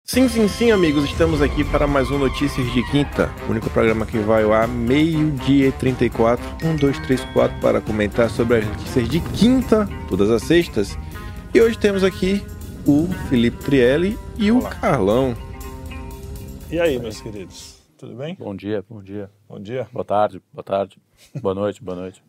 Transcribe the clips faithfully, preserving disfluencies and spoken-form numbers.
Sim, sim, sim, amigos, estamos aqui para mais um Notícias de Quinta, o único programa que vai ao ar meio-dia e trinta e quatro, um, dois, três, quatro, para comentar sobre as notícias de quinta, todas as sextas. E hoje temos aqui o Felipe Trielli e o Olá. Carlão. E aí, meus queridos, tudo bem? Bom dia, bom dia. Bom dia. Boa tarde, boa tarde. Boa noite, boa noite.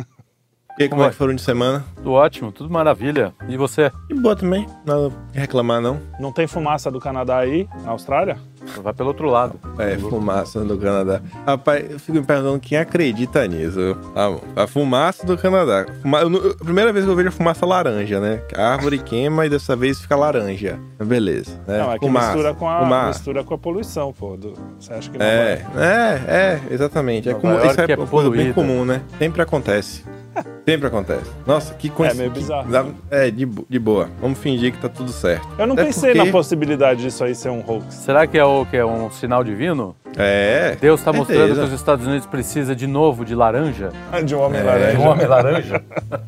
E aí, como é que foram de semana? Tudo ótimo, tudo maravilha. E você? E boa também, nada a reclamar não. Não tem fumaça do Canadá aí, na Austrália? Vai pelo outro lado. É, fumaça do Canadá. Rapaz, eu fico me perguntando quem acredita nisso. Ah, a fumaça do Canadá. Fuma... Eu, a primeira vez que eu vejo a fumaça laranja, né? A árvore queima e dessa vez fica laranja. Beleza. Né? Não, é que fumaça, mistura com, a, fumaça. mistura com a poluição, pô. Do... Você acha que não é, vai? É, é, exatamente. É Nova como, York isso é, é uma coisa bem poluída. comum, né? Sempre acontece. Sempre acontece. Nossa, que coincidência. É meio bizarro. Dá... É, de, de boa. Vamos fingir que tá tudo certo. Eu não Até pensei porque... na possibilidade disso aí ser um hoax. Será que é, o, que é um sinal divino? É. Deus está mostrando certeza. que os Estados Unidos precisa de novo de laranja? De um homem É, laranja. De um homem laranja?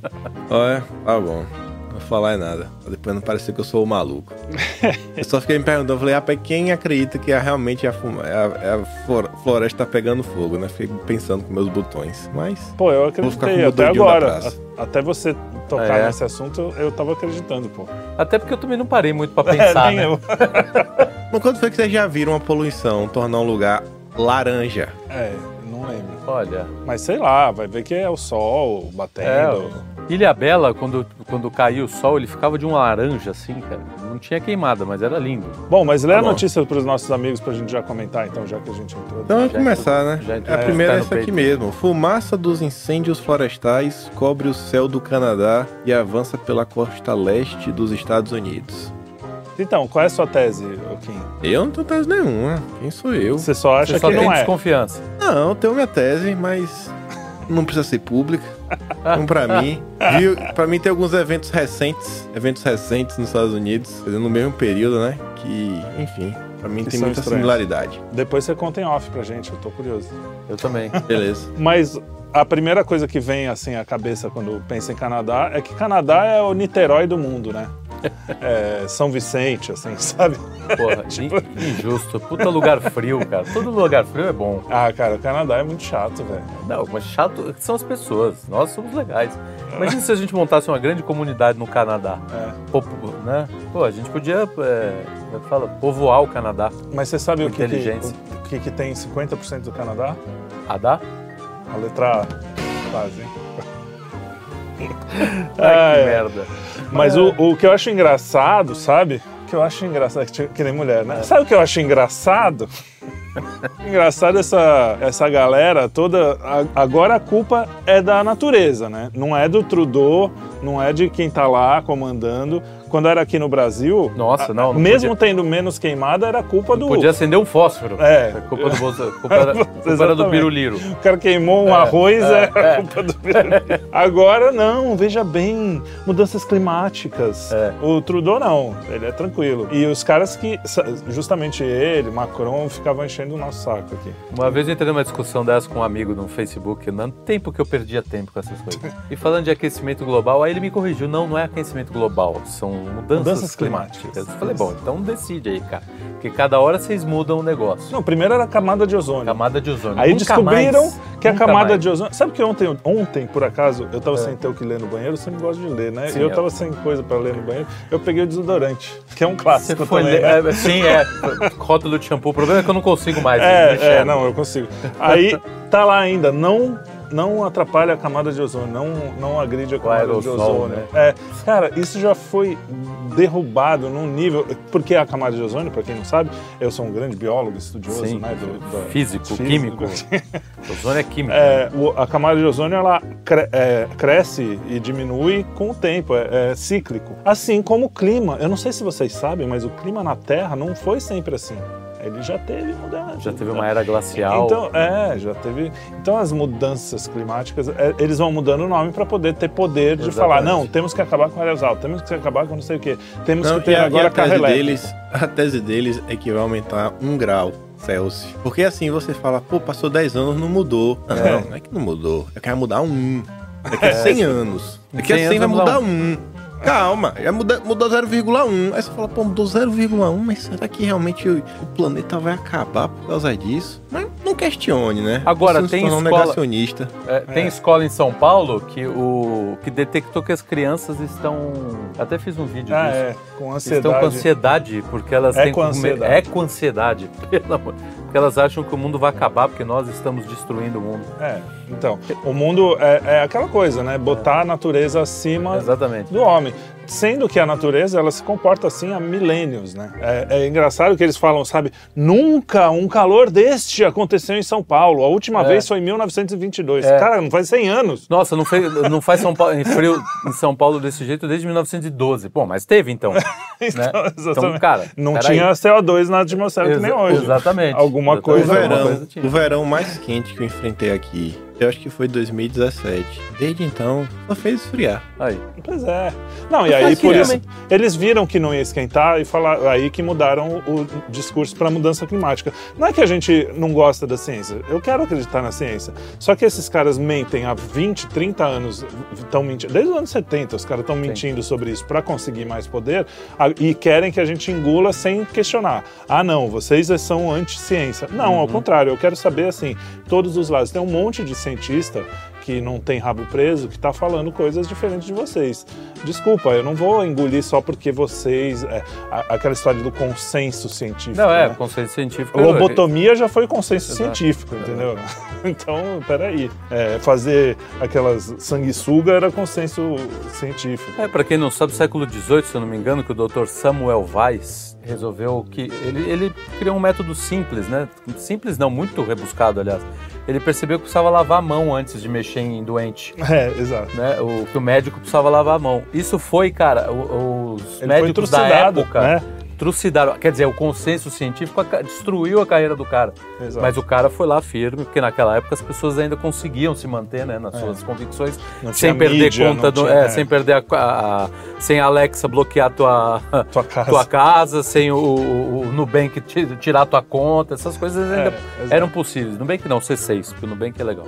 Olha, tá bom. Não vou falar nada. Pra depois não parecer que eu sou o maluco. Eu só fiquei me perguntando, eu falei, rapaz, quem acredita que é realmente a, fuma... é a, é a floresta tá pegando fogo, né? Fiquei pensando com meus botões, mas... Pô, eu Vou ficar com acreditei o até dedinho na agora. praça. A- Até você tocar É. nesse assunto, eu tava acreditando, pô. Até porque eu também não parei muito pra pensar, Nem né? eu. Mas quando foi que vocês já viram uma poluição tornar um lugar laranja? É, não lembro. Olha, Mas sei lá, vai ver que é o sol batendo. é, Ilha Bela, quando, quando caiu o sol, ele ficava de um laranja assim, cara. Não tinha queimada, mas era lindo. Bom, mas lê Tá a bom. notícia pros nossos amigos pra gente já comentar, então, já que a gente entrou. Então, vamos Já começar, entrou- né? já entrou- A é, primeira tá é no essa aqui peito. mesmo. Fumaça dos incêndios florestais cobre o céu do Canadá e avança pela costa leste dos Estados Unidos. Então, qual é a sua tese, Kim? Eu não tenho tese nenhuma. Quem sou eu? Você só acha Você só que tem não é. desconfiança. Não, eu tenho minha tese, mas não precisa ser pública. Então, pra mim, viu? Pra mim tem alguns eventos recentes, eventos recentes nos Estados Unidos, fazendo no mesmo período, né? Que, enfim, pra mim Que tem são muita estranhos. similaridade. Depois você conta em off pra gente, eu tô curioso. Eu também. Beleza. Mas a primeira coisa que vem assim à cabeça quando pensa em Canadá é que Canadá é o Niterói do mundo, né? É São Vicente, assim, sabe? Porra, in- injusto. Puta lugar frio, cara. Todo lugar frio é bom. Ah, cara, o Canadá é muito chato, velho. Não, mas chato são as pessoas. Nós somos legais. Imagina se a gente montasse uma grande comunidade no Canadá. É. Pô, né? Pô, a gente podia, é, como é que fala, povoar o Canadá. Mas você sabe o que, que, Inteligência. o que que tem cinquenta por cento do Canadá? Adá? A letra A. Quase, hein? Ai, que Ah, é. merda. Mas o, o que eu acho engraçado, sabe? O que eu acho engraçado, que, que nem mulher, né? Sabe o que eu acho engraçado? Engraçado essa, essa galera toda. a- Agora a culpa é da natureza, né? Não é do Trudeau, não é de quem tá lá comandando. Quando era aqui no Brasil, Nossa, a- não, não mesmo podia- tendo menos queimada, era culpa do. Podia acender um fósforo. É. Culpa do Bolsonaro. Culpa era, culpa era do Exatamente. Piruliro. O cara queimou um arroz, é, é. culpa do Agora não, veja bem, mudanças climáticas. É. O Trudeau não, ele é tranquilo. E os caras que, justamente ele, Macron, ficavam enchendo o nosso saco aqui. Uma vez eu entrei numa discussão dessa com um amigo no Facebook, no tempo que eu perdia tempo com essas coisas. E falando de aquecimento global, aí ele me corrigiu. Não, não é aquecimento global, são mudanças, Mudanças climáticas. climáticas. Eu falei, bom, então decide aí, cara. Porque cada hora vocês mudam o negócio. Não, primeiro era a camada de ozônio. Camada de ozônio. Aí Nunca descobriram mais, que a nunca camada mais. de ozônio... Sabe que ontem, ontem por acaso, eu tava É. sem ter o que ler no banheiro, eu sempre gosto de ler, né? Sim, e eu é. tava sem coisa pra ler no banheiro, eu peguei o desodorante, que é um Você clássico foi também, ler, né? é, sim, é. Rótulo de shampoo. O problema é que eu não consigo mais. É, mexer. é, não, eu consigo. Aí tá lá ainda, não, não atrapalha a camada de ozônio, não, não agride a camada de aerossol, ozônio. né? É, cara, isso já foi derrubado num nível. Porque a camada de ozônio, pra quem não sabe, eu sou um grande biólogo, estudioso, Sim, né? Do, da- físico, químico. Ozônio é químico. É, o- a camada de ozônio ela cre- é, cresce e diminui com o tempo, é, é cíclico. Assim como o clima. Eu não sei se vocês sabem, mas o clima na Terra não foi sempre assim. Ele já teve mudança. Já teve uma era glacial. Então, é, já teve. Então as mudanças climáticas, é, eles vão mudando o nome para poder ter poder de Exatamente. falar, não, temos que acabar com áreas altas, temos que acabar com não sei o quê, temos Não, que ter e a, agora e a carro tese elétrico. deles, a tese deles é que vai aumentar um grau Celsius. Porque assim você fala, pô, passou dez anos, não mudou. Não, É. não é que não mudou, é que vai mudar um. Daqui a cem anos. Daqui a cem cem vai anos mudar vai um. calma, já muda, mudou zero vírgula um. Aí você fala, pô, mudou zero vírgula um, mas será que realmente o, o planeta vai acabar por causa disso? Mas não questione, né? Agora, você tem um escola... negacionista. É, tem é. escola em São Paulo que, o, que detectou que as crianças estão... Até fiz um vídeo ah, disso. É, com ansiedade. Estão com ansiedade, porque elas é têm... Com ansiedade. É com ansiedade. Pelo amor... Porque elas acham que o mundo vai acabar porque nós estamos destruindo o mundo. É, então, o mundo é, é aquela coisa, né? Botar a natureza acima Exatamente. do homem. Sendo que a natureza, ela se comporta assim há milênios, né? É, é engraçado que eles falam, sabe? Nunca um calor deste aconteceu em São Paulo. A última é. vez foi em mil novecentos e vinte e dois. É. Cara, não faz cem anos. Nossa, não, fez, não faz São Paulo, em frio em São Paulo desse jeito desde mil novecentos e doze. Bom, mas teve então. então, né? Exatamente. Então, cara, não tinha aí. C O dois na atmosfera Exa que nem hoje. Exatamente. Alguma exatamente. coisa. O verão, alguma coisa o verão mais quente que eu enfrentei aqui, eu acho que foi dois mil e dezessete. Desde então, só fez esfriar. Aí. Pois é. Não, e aí por isso, eles viram que não ia esquentar e falaram, aí que mudaram o discurso para a mudança climática. Não é que a gente não gosta da ciência, eu quero acreditar na ciência. Só que esses caras mentem há vinte, trinta anos, estão mentindo, desde os anos setenta os caras estão mentindo sobre isso para conseguir mais poder e querem que a gente engula sem questionar. Ah, não, vocês são anti-ciência. Não, uhum. ao contrário, eu quero saber, assim, todos os lados. Tem um monte de cientista que não tem rabo preso, que está falando coisas diferentes de vocês. Desculpa, eu não vou engolir só porque vocês... É, a, aquela história do consenso científico. Não, é, né? consenso científico... Lobotomia já foi consenso Exato. científico, entendeu? Então, peraí. É, fazer aquelas sanguessuga era consenso científico. É, para quem não sabe, século dezoito, se eu não me engano, que o doutor Samuel Weiss resolveu que... Ele, ele criou um método simples, né? Simples não, muito rebuscado, aliás. Ele percebeu que precisava lavar a mão antes de mexer em doente. É, exato. Né? O, que o médico precisava lavar a mão. Isso foi, cara, os Ele médicos foi da época... né? Trucidaram, quer dizer, o consenso científico destruiu a carreira do cara. Exato. Mas o cara foi lá firme, porque naquela época as pessoas ainda conseguiam se manter, né, nas é. suas convicções, não sem perder mídia, conta, do, tinha, é, é. sem perder a, a, a, sem a Alexa bloquear tua, tua, casa. tua casa, sem o, o, o Nubank tirar tua conta, essas coisas ainda é, eram possíveis. Nubank não, C seis, porque o Nubank é legal.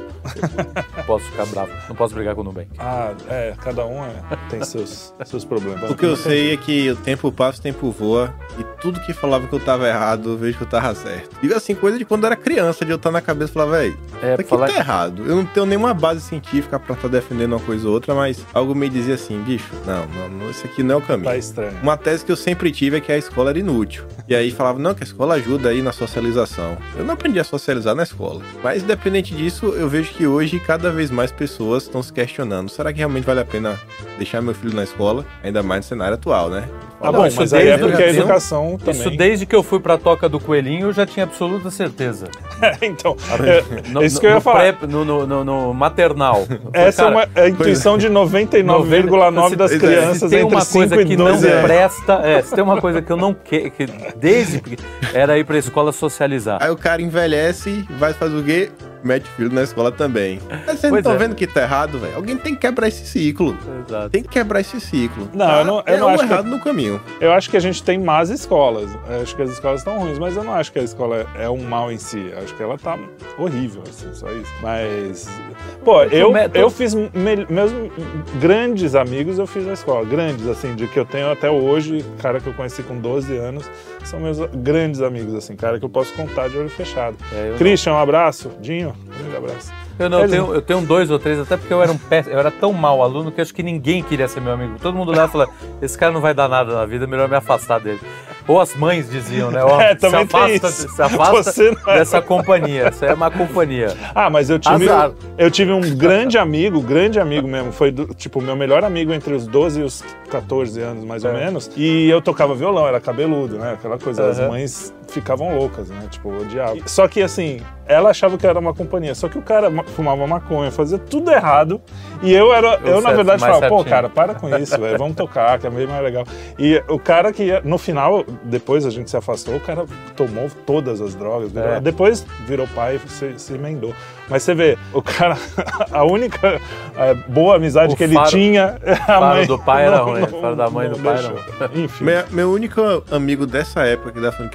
Não posso ficar bravo, não posso brigar com o Nubank. Ah, é, cada um é, tem seus, seus problemas. O que eu sei é que o tempo passa, o tempo voa, e tudo que falava que eu tava errado, eu vejo que eu tava certo. Digo assim, coisa de quando eu era criança, de eu estar na cabeça e falar, velho, é, isso aqui falar... tá errado. Eu não tenho nenhuma base científica pra estar tá defendendo uma coisa ou outra, mas algo me dizia assim, bicho, não, não, não, isso aqui não é o caminho. Tá estranho. Uma tese que eu sempre tive é que a escola era inútil. E aí falava, não, que a escola ajuda aí na socialização. Eu não aprendi a socializar na escola. Mas, independente disso, eu vejo que hoje cada vez mais pessoas estão se questionando, será que realmente vale a pena deixar meu filho na escola? Ainda mais no cenário atual, né? Ah, bom, mas aí é porque a educação também... Isso desde que eu fui pra Toca do Coelhinho, eu já tinha absoluta certeza. É, então, é, no, isso que eu ia no falar. Pré, no, no, no, no maternal. Essa cara, é uma, a intuição de noventa e nove vírgula nove por cento das crianças se tem entre uma coisa cinco que e não doze anos. presta, é, se tem uma coisa que eu não quero, que desde era ir pra escola socializar. Aí o cara envelhece, vai fazer o quê? Mete filho na escola também. Mas vocês não estão é. vendo que tá errado, velho? Alguém tem que quebrar esse ciclo. Exato. Tem que quebrar esse ciclo. Não, tá? eu não, eu é não um acho errado que, no caminho. Eu acho que a gente tem más escolas. Eu acho que as escolas estão ruins, mas eu não acho que a escola é um mal em si. Eu acho que ela tá horrível, assim, só isso. Mas, pô, eu, eu fiz me, meus grandes amigos, eu fiz na escola. Grandes, assim, de que eu tenho até hoje, cara que eu conheci com doze anos, são meus grandes amigos, assim, cara que eu posso contar de olho fechado. É, Christian, um abraço. Dinho, um grande abraço. Eu não, eu tenho, eu tenho dois ou três, até porque eu era um péssimo, eu era tão mau aluno que eu acho que ninguém queria ser meu amigo. Todo mundo lá fala, esse cara não vai dar nada na vida, melhor me afastar dele. Ou as mães diziam, né? Ó, é, se afasta, se afasta é... dessa companhia, isso é uma companhia. Ah, mas eu tive, eu tive um grande amigo, grande amigo mesmo, foi do, tipo o meu melhor amigo entre os doze e os catorze anos, mais é. ou menos, e eu tocava violão, era cabeludo, né? Aquela coisa, uhum. As mães ficavam loucas, né? Tipo, odiavam. Só que assim, ela achava que era uma companhia, só que o cara fumava maconha, fazia tudo errado, e eu era, eu, eu certo, na verdade falava, certinho. Pô, cara, para com isso, véio, vamos tocar, que é bem mais legal. E o cara que ia, no final, depois a gente se afastou, o cara tomou todas as drogas, virou, é. depois virou pai e se, se emendou. Mas você vê, o cara, a única a boa amizade o que ele faro, tinha... A mãe do pai não, era ruim, o faro da mãe do pai não. Enfim. Meu, meu único amigo dessa época, que tá falando que é amigo,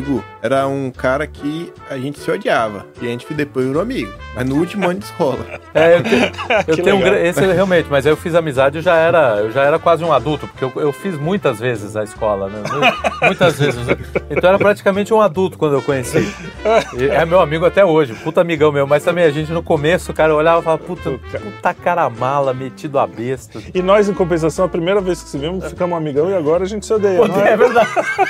amigo era um cara que a gente se odiava. E a gente depois virou amigo. Mas no último ano de escola. É, eu tenho, eu tenho um, esse realmente, mas eu fiz amizade, eu já era, eu já era quase um adulto, porque eu, eu fiz muitas vezes a escola, né? Muitas vezes. Então era praticamente um adulto quando eu conheci. E é meu amigo até hoje, puta amigão meu, mas também a gente no começo, cara, eu olhava e falava, puta, puta cara mala, metido a besta. E nós, em compensação, a primeira vez que se vimos, ficamos amigão e agora a gente se odeia. Pô, não é? É verdade.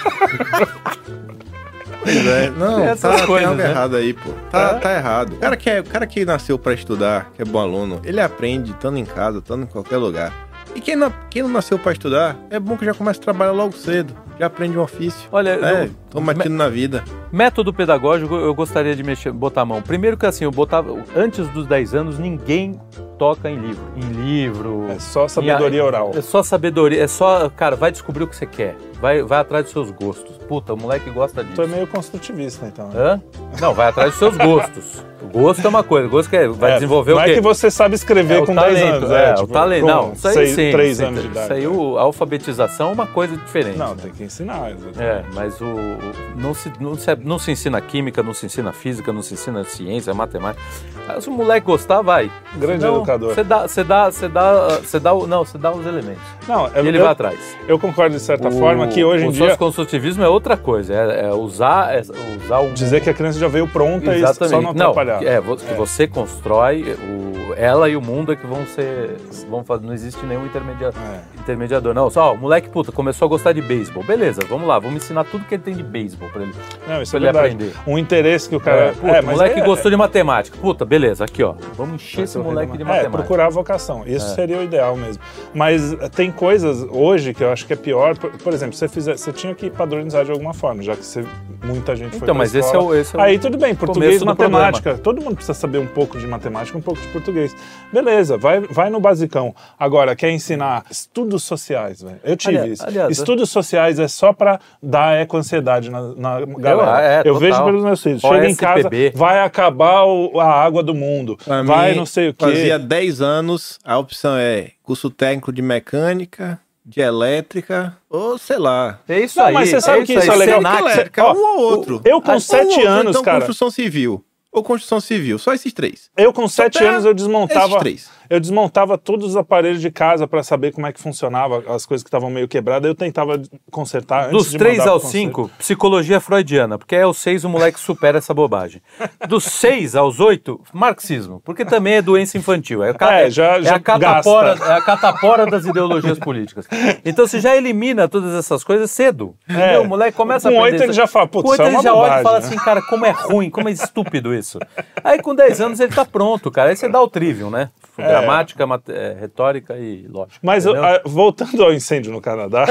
Pois é, não, Essas tá, coisas, tem algo né? errado aí, pô. Tá, É? tá errado. O cara, que é, o cara que nasceu pra estudar, que é bom aluno, ele aprende estando em casa, estando em qualquer lugar. E quem não, quem não nasceu pra estudar, é bom que já começa a trabalhar logo cedo. Já aprende um ofício. Olha, é, eu- tô metido na vida. Método pedagógico, eu gostaria de mexer, botar a mão. Primeiro que assim, eu botava, antes dos dez anos, ninguém toca em livro. Em livro... É só sabedoria em- oral. É só sabedoria, é só, cara, vai descobrir o que você quer. Vai, vai atrás dos seus gostos. Puta, o moleque gosta disso. Tu é meio construtivista, então. Hã? Não, vai atrás dos seus gostos. O gosto é uma coisa, o gosto que é, vai É, desenvolver não o quê? é que você sabe escrever É o com dez talento, anos. é, tipo, o talento. com Não, isso aí seis, sim. três sim, anos de idade. Isso aí, o- a alfabetização é uma coisa diferente. Não, né? tem que ensinar. Exatamente. É, mas o, o- não, se, não, se, não se ensina química, não se ensina física, não se ensina ciência, matemática. Aí, se o moleque gostar, vai. Grande Senão, educador. Você dá, você dá, você dá, você dá, o- não, você dá os elementos. Não, E ele eu, vai atrás. eu concordo de certa O- forma que hoje em o dia socioconstrutivismo é outra coisa, é, é usar, é usar um dizer que a criança já veio pronta e exatamente. só não atrapalhar. É, vo- que você constrói, o, ela e o mundo é que vão ser, vão fazer, não existe nenhum intermedia, É. intermediador. Não, só, ó, o moleque, puta, começou a gostar de beisebol. Beleza, vamos lá, vamos ensinar tudo que ele tem de beisebol pra ele, Não, isso pra é ele verdade. aprender. Um interesse que o cara... É, puta, o mas moleque é- gostou de matemática. Puta, beleza, aqui ó, vamos encher esse moleque de É, matemática. procurar a vocação. Isso É. seria o ideal mesmo. Mas eh, tem coisas hoje que eu acho que é pior. Por, por exemplo, você, fizer, você tinha que padronizar de alguma forma, já que você, muita gente foi Então, pra mas esse escola. é o- esse é o Aí tudo bem, português, começo do matemática. Todo mundo precisa saber um pouco de matemática, um pouco de português. Beleza, vai, vai no basicão. Agora, quer ensinar estudos sociais, velho. Eu tive Aliás- isso. aliás, estudos sociais é só pra dar eco-ansiedade na, na galera. é, eu total. vejo pelos meus filhos. Chega em casa, O S P B. vai acabar o- a água do mundo. Pra vai mim, não sei o quê. Fazia dez anos, a opção é curso técnico de mecânica, de elétrica, ou sei lá. É isso Não, aí. mas você sabe que isso isso é aí, legal? Senac, Elétrica, ó, um ou outro. eu com Ah, um sete ou outro, anos, então, cara. construção civil. Ou construção civil, só esses três. Eu com sete tem anos eu esses desmontava, três. eu desmontava todos os aparelhos de casa pra saber como é que funcionava, as coisas que estavam meio quebradas, eu tentava consertar antes Dos de três mandar aos pro conserto. cinco, psicologia freudiana, porque é aos seis o moleque supera essa bobagem. Dos seis aos oito, marxismo, porque também é doença infantil. É, a ca- É, já- é já a catapora, gasta. é a catapora das ideologias políticas. Então você já elimina todas essas coisas cedo. entendeu? O moleque começa com a aprender oito ele isso. já fala, putz, Com oito isso é ele uma já olha e bobagem, fala né? assim, cara, como é ruim, como é estúpido isso. Aí com dez anos ele tá pronto, cara. Aí você dá o trivium, né? Gramática, mate- é, retórica e lógica. Mas entendeu? a- voltando ao incêndio no Canadá,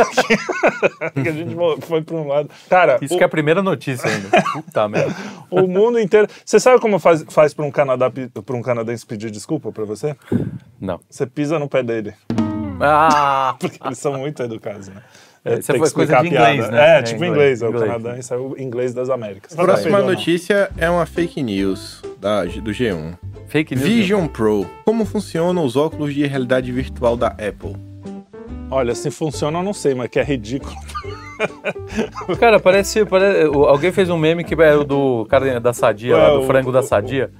que, que a gente vo- foi para um lado. Cara, Isso o, que é a primeira notícia ainda. Puta merda. o mundo inteiro. Você sabe como faz, faz para um, Canadá, pra um canadense pedir desculpa para você? Não. Você pisa no pé dele. Ah! Porque eles são muito educados, né? É, isso Tem foi que coisa explicar de a piada. inglês, né? É, É, tipo inglês, inglês. É o inglês. canadense, é o inglês das Américas. A próxima Não, não. notícia é uma fake news da, do G um. Fake news. Vision Pro. Como funcionam os óculos de realidade virtual da Apple? Olha, se funciona eu não sei, mas que é ridículo. Cara, parece, parece. o- Alguém fez um meme que é o do cara da Sadia, É, lá, do o- frango da o- Sadia.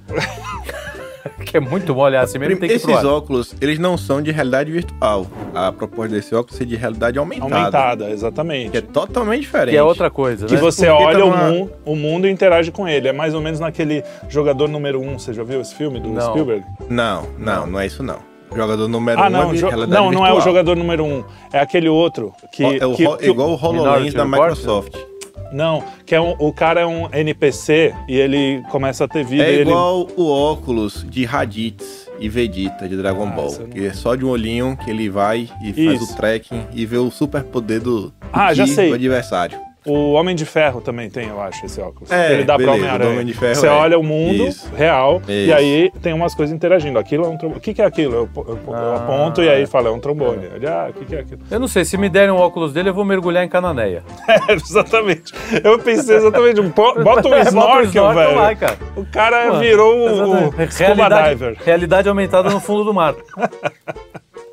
Que é muito bom olhar assim mesmo, tem que ir Esses pro ar. óculos, eles não são de realidade virtual. A proposta desse óculos é de realidade aumentada. Aumentada, exatamente. Que é totalmente diferente. Que é outra coisa, Que né? você Porque olha tá o, numa- mundo, o mundo e interage com ele. É mais ou menos naquele jogador número um. Você já viu esse filme do Não. Spielberg? Não, não, não é isso não. O jogador número Ah, um não. é de jo- realidade não, não é o virtual. jogador número um. É aquele outro. Que, É o que- ro- que- igual o HoloLens Minority da Report? Microsoft. Não, que é um, o cara é um N P C e ele começa a ter vida. É e ele... igual o óculos de Raditz e Vegeta de Dragon Ah, Ball. esse eu não- Que é só de um olhinho que ele vai e faz Isso. o tracking e vê o super poder do, Ah, já ki sei. do adversário. O Homem de Ferro também tem, eu acho, esse óculos. É, ele dá pra beleza, Homem-Aranha. o do Homem de Ferro Você é. olha o mundo Isso. real e Isso. aí tem umas coisas interagindo. Aquilo é um trombone. O que, que é aquilo? Eu, eu- eu Ah, aponto e aí fala, é um trombone. Ele, ah, o que, que é aquilo? Eu não sei, se me derem um óculos dele, eu vou mergulhar em Cananéia. É, exatamente. Eu pensei exatamente, pô, bota um snorkel, snorkel velho. lá, cara. O cara Pô, virou o, o Exatamente. scuba realidade, diver. realidade aumentada no fundo do mar.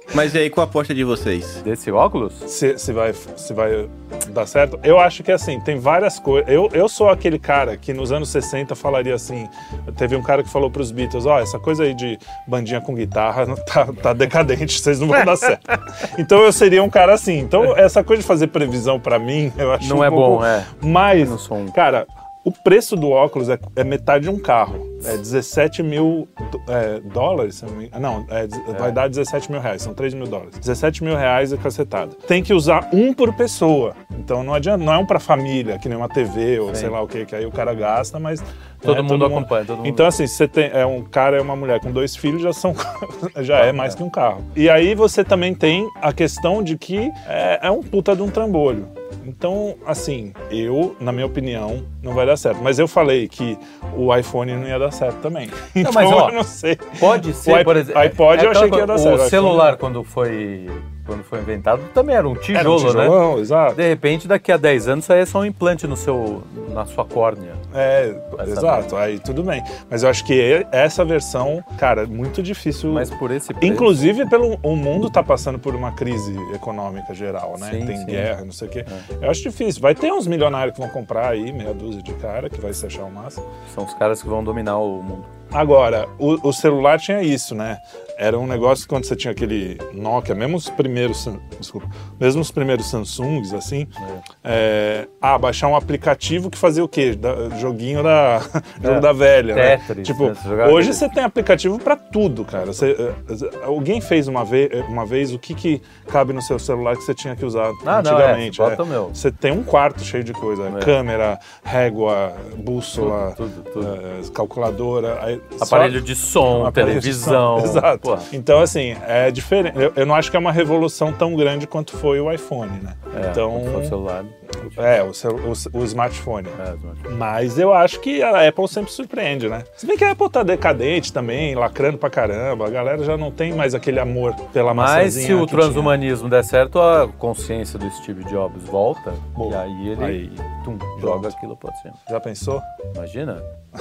Mas e aí, qual a aposta de vocês? Desse óculos? Se, se, vai, se vai dar certo? Eu acho que, assim, tem várias coisas. Eu, eu sou aquele cara que nos anos sessenta falaria assim... Teve um cara que falou pros Beatles, ó, oh, essa coisa aí de bandinha com guitarra tá, tá decadente, vocês não vão dar certo. Então eu seria um cara assim. Então essa coisa de fazer previsão pra mim, eu acho Não um é pouco... bom, é. Mas, não sou um... cara... O preço do óculos é, é metade de um carro. É dezessete mil é, dólares. Não, é, é. vai dar dezessete mil reais. São três mil dólares. dezessete mil reais é cacetada. Tem que usar um por pessoa. Então não adianta, não é um pra família, que nem uma T V ou Sim. sei lá o que, que aí o cara gasta, mas... Todo, é, mundo, todo mundo acompanha. Todo mundo... Então assim, se você tem é um cara e uma mulher com dois filhos, já, são, já é mais que um carro. E aí você também tem a questão de que é, é um puta de um trambolho. Então, assim, eu, na minha opinião, não vai dar certo. Mas eu falei que o iPhone não ia dar certo também. Então, não, mas, ó, eu não sei. Pode ser, o por exemplo... iPod é eu achei que ia dar o certo. O celular, quando foi... quando foi inventado, também era um tijolo, era um tijolão, né? Exato. De repente, daqui a dez anos, isso aí é só um implante no seu, na sua córnea. É, Vai exato. Saber. Aí tudo bem. Mas eu acho que essa versão, cara, é muito difícil. Mas por esse preço... Inclusive, pelo, o mundo tá passando por uma crise econômica geral, né? Sim, Tem sim. guerra, não sei o quê. É. Eu acho difícil. Vai ter uns milionários que vão comprar aí, meia dúzia de cara, que vai se achar o máximo. São os caras que vão dominar o mundo. Agora, o, o celular tinha isso, né? Era um negócio que quando você tinha aquele Nokia, mesmo os primeiros, desculpa, mesmo os primeiros Samsungs, assim, é. É, ah, baixar um aplicativo que fazia o quê? Da, joguinho da, é. jogo da velha, Tetris, né? Tipo, né? hoje você tem aplicativo pra tudo, cara. Você, alguém fez uma vez, uma vez o que, que cabe no seu celular que você tinha que usar ah, antigamente. Não, é, bota é. o meu. Você tem um quarto cheio de coisa, é. câmera, régua, bússola, tudo, tudo, tudo. É, calculadora, aí, aparelho só... de som, aparelho televisão. De som. Exato. Pô. Então, assim, é diferente. Eu, eu não acho que é uma revolução tão grande quanto foi o iPhone, né? É, então, foi o celular. É, o, o, o smartphone. É, o smartphone. Mas eu acho que a Apple sempre surpreende, né? Se bem que a Apple tá decadente também, lacrando pra caramba. A galera já não tem mais aquele amor pela maçãzinha. Mas se o transhumanismo der certo, a consciência do Steve Jobs volta. Bom, e aí ele aí, tum, joga aquilo pra cima. Já pensou? Imagina.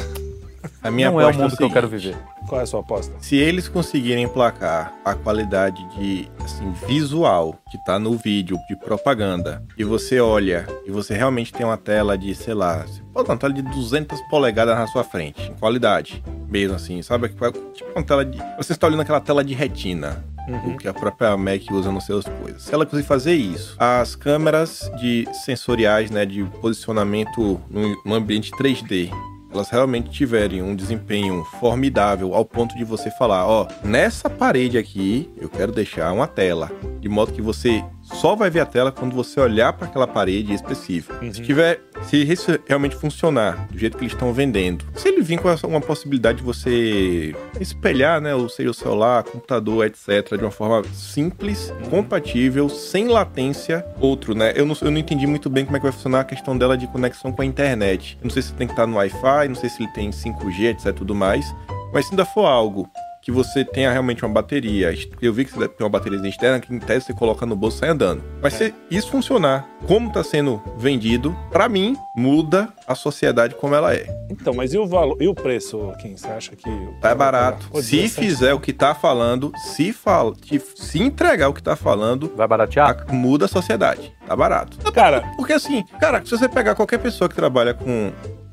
A minha não aposta é o mundo é o que eu quero viver. Qual é a sua aposta? Se eles conseguirem emplacar a qualidade de assim, visual que tá no vídeo de propaganda, e você olha e você realmente tem uma tela de, sei lá, você pode ter uma tela de duzentas polegadas na sua frente, em qualidade, mesmo assim, sabe? Tipo uma tela de... Você está olhando aquela tela de retina. Uhum. O que a própria Mac usa nos seus coisas. Se ela conseguir fazer isso, as câmeras de sensoriais, né, de posicionamento no, no ambiente três D, elas realmente tiverem um desempenho formidável ao ponto de você falar, ó, nessa parede aqui eu quero deixar uma tela, de modo que você só vai ver a tela quando você olhar para aquela parede específica. Uhum. Se tiver, se isso realmente funcionar do jeito que eles estão vendendo, se ele vir com uma possibilidade de você espelhar, né, ou seja, o celular, computador, etcétera, de uma forma simples, uhum. compatível, sem latência. Outro, né, eu não, eu não entendi muito bem como é que vai funcionar a questão dela de conexão com a internet. Eu não sei se tem que estar no Wi-Fi, não sei se ele tem cinco G, etcétera, tudo mais, mas se ainda for algo que você tenha realmente uma bateria, eu vi que você tem uma bateria externa que em tese você coloca no bolso e sai andando. Mas se isso funcionar como está sendo vendido, para mim, muda a sociedade como ela é. Então, mas e o valor, e o preço, Kim? Você acha que... Tá barato. Pô, se fizer o que tá falando, se, fala, se entregar o que tá falando... Vai baratear? Muda a sociedade. Tá barato. Cara... Porque assim, cara, se você pegar qualquer pessoa que trabalha com...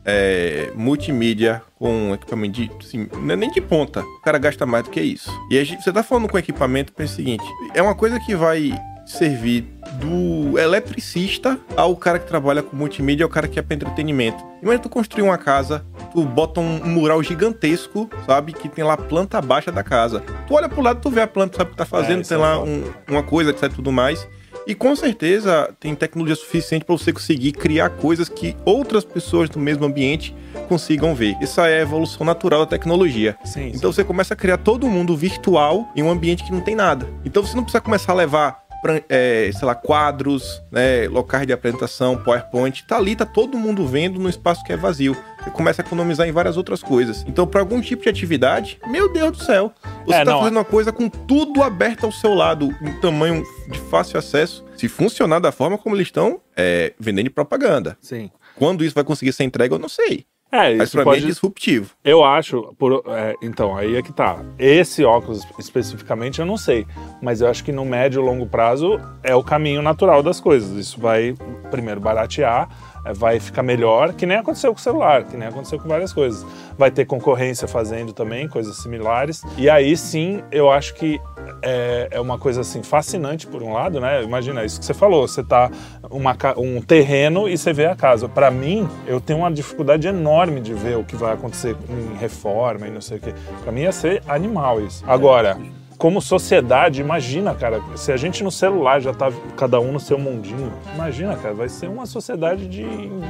É, multimídia com equipamento de, assim, não é nem de ponta, o cara gasta mais do que isso. E a gente, você tá falando com equipamento, pensa o seguinte, é uma coisa que vai servir do eletricista ao cara que trabalha com multimídia, ao cara que é para entretenimento. Imagina tu construir uma casa, tu bota um, um mural gigantesco, sabe, que tem lá a planta baixa da casa. Tu olha pro lado, tu vê a planta, sabe o que tá fazendo, é, tem lá um, uma coisa, etcétera, tudo mais. E com certeza tem tecnologia suficiente para você conseguir criar coisas que outras pessoas do mesmo ambiente consigam ver. Essa é a evolução natural da tecnologia. Sim, então sim. Você começa a criar todo mundo virtual em um ambiente que não tem nada. Então você não precisa começar a levar, é, sei lá, quadros, né, locais de apresentação, PowerPoint. Tá ali, tá todo mundo vendo num espaço que é vazio. Você começa a economizar em várias outras coisas. Então, para algum tipo de atividade, meu Deus do céu, você é, tá não, fazendo uma coisa com tudo aberto ao seu lado, um tamanho de fácil acesso. Se funcionar da forma como eles estão é, vendendo propaganda. Sim. Quando isso vai conseguir ser entregue, eu não sei. É, Mas isso pra pode... mim é disruptivo. Eu acho, por, é, então, aí é que tá. Esse óculos especificamente eu não sei, mas eu acho que no médio e longo prazo é o caminho natural das coisas. Isso vai, primeiro, baratear, vai ficar melhor, que nem aconteceu com o celular, que nem aconteceu com várias coisas. Vai ter concorrência fazendo também, coisas similares. E aí sim, eu acho que é, é uma coisa assim fascinante por um lado, né? Imagina isso que você falou, você tá uma, um terreno e você vê a casa. Para mim, eu tenho uma dificuldade enorme de ver o que vai acontecer em reforma e não sei o quê. Para mim ia ser animal isso. Agora, como sociedade, imagina, cara, se a gente no celular já tá cada um no seu mundinho, imagina, cara, vai ser uma sociedade de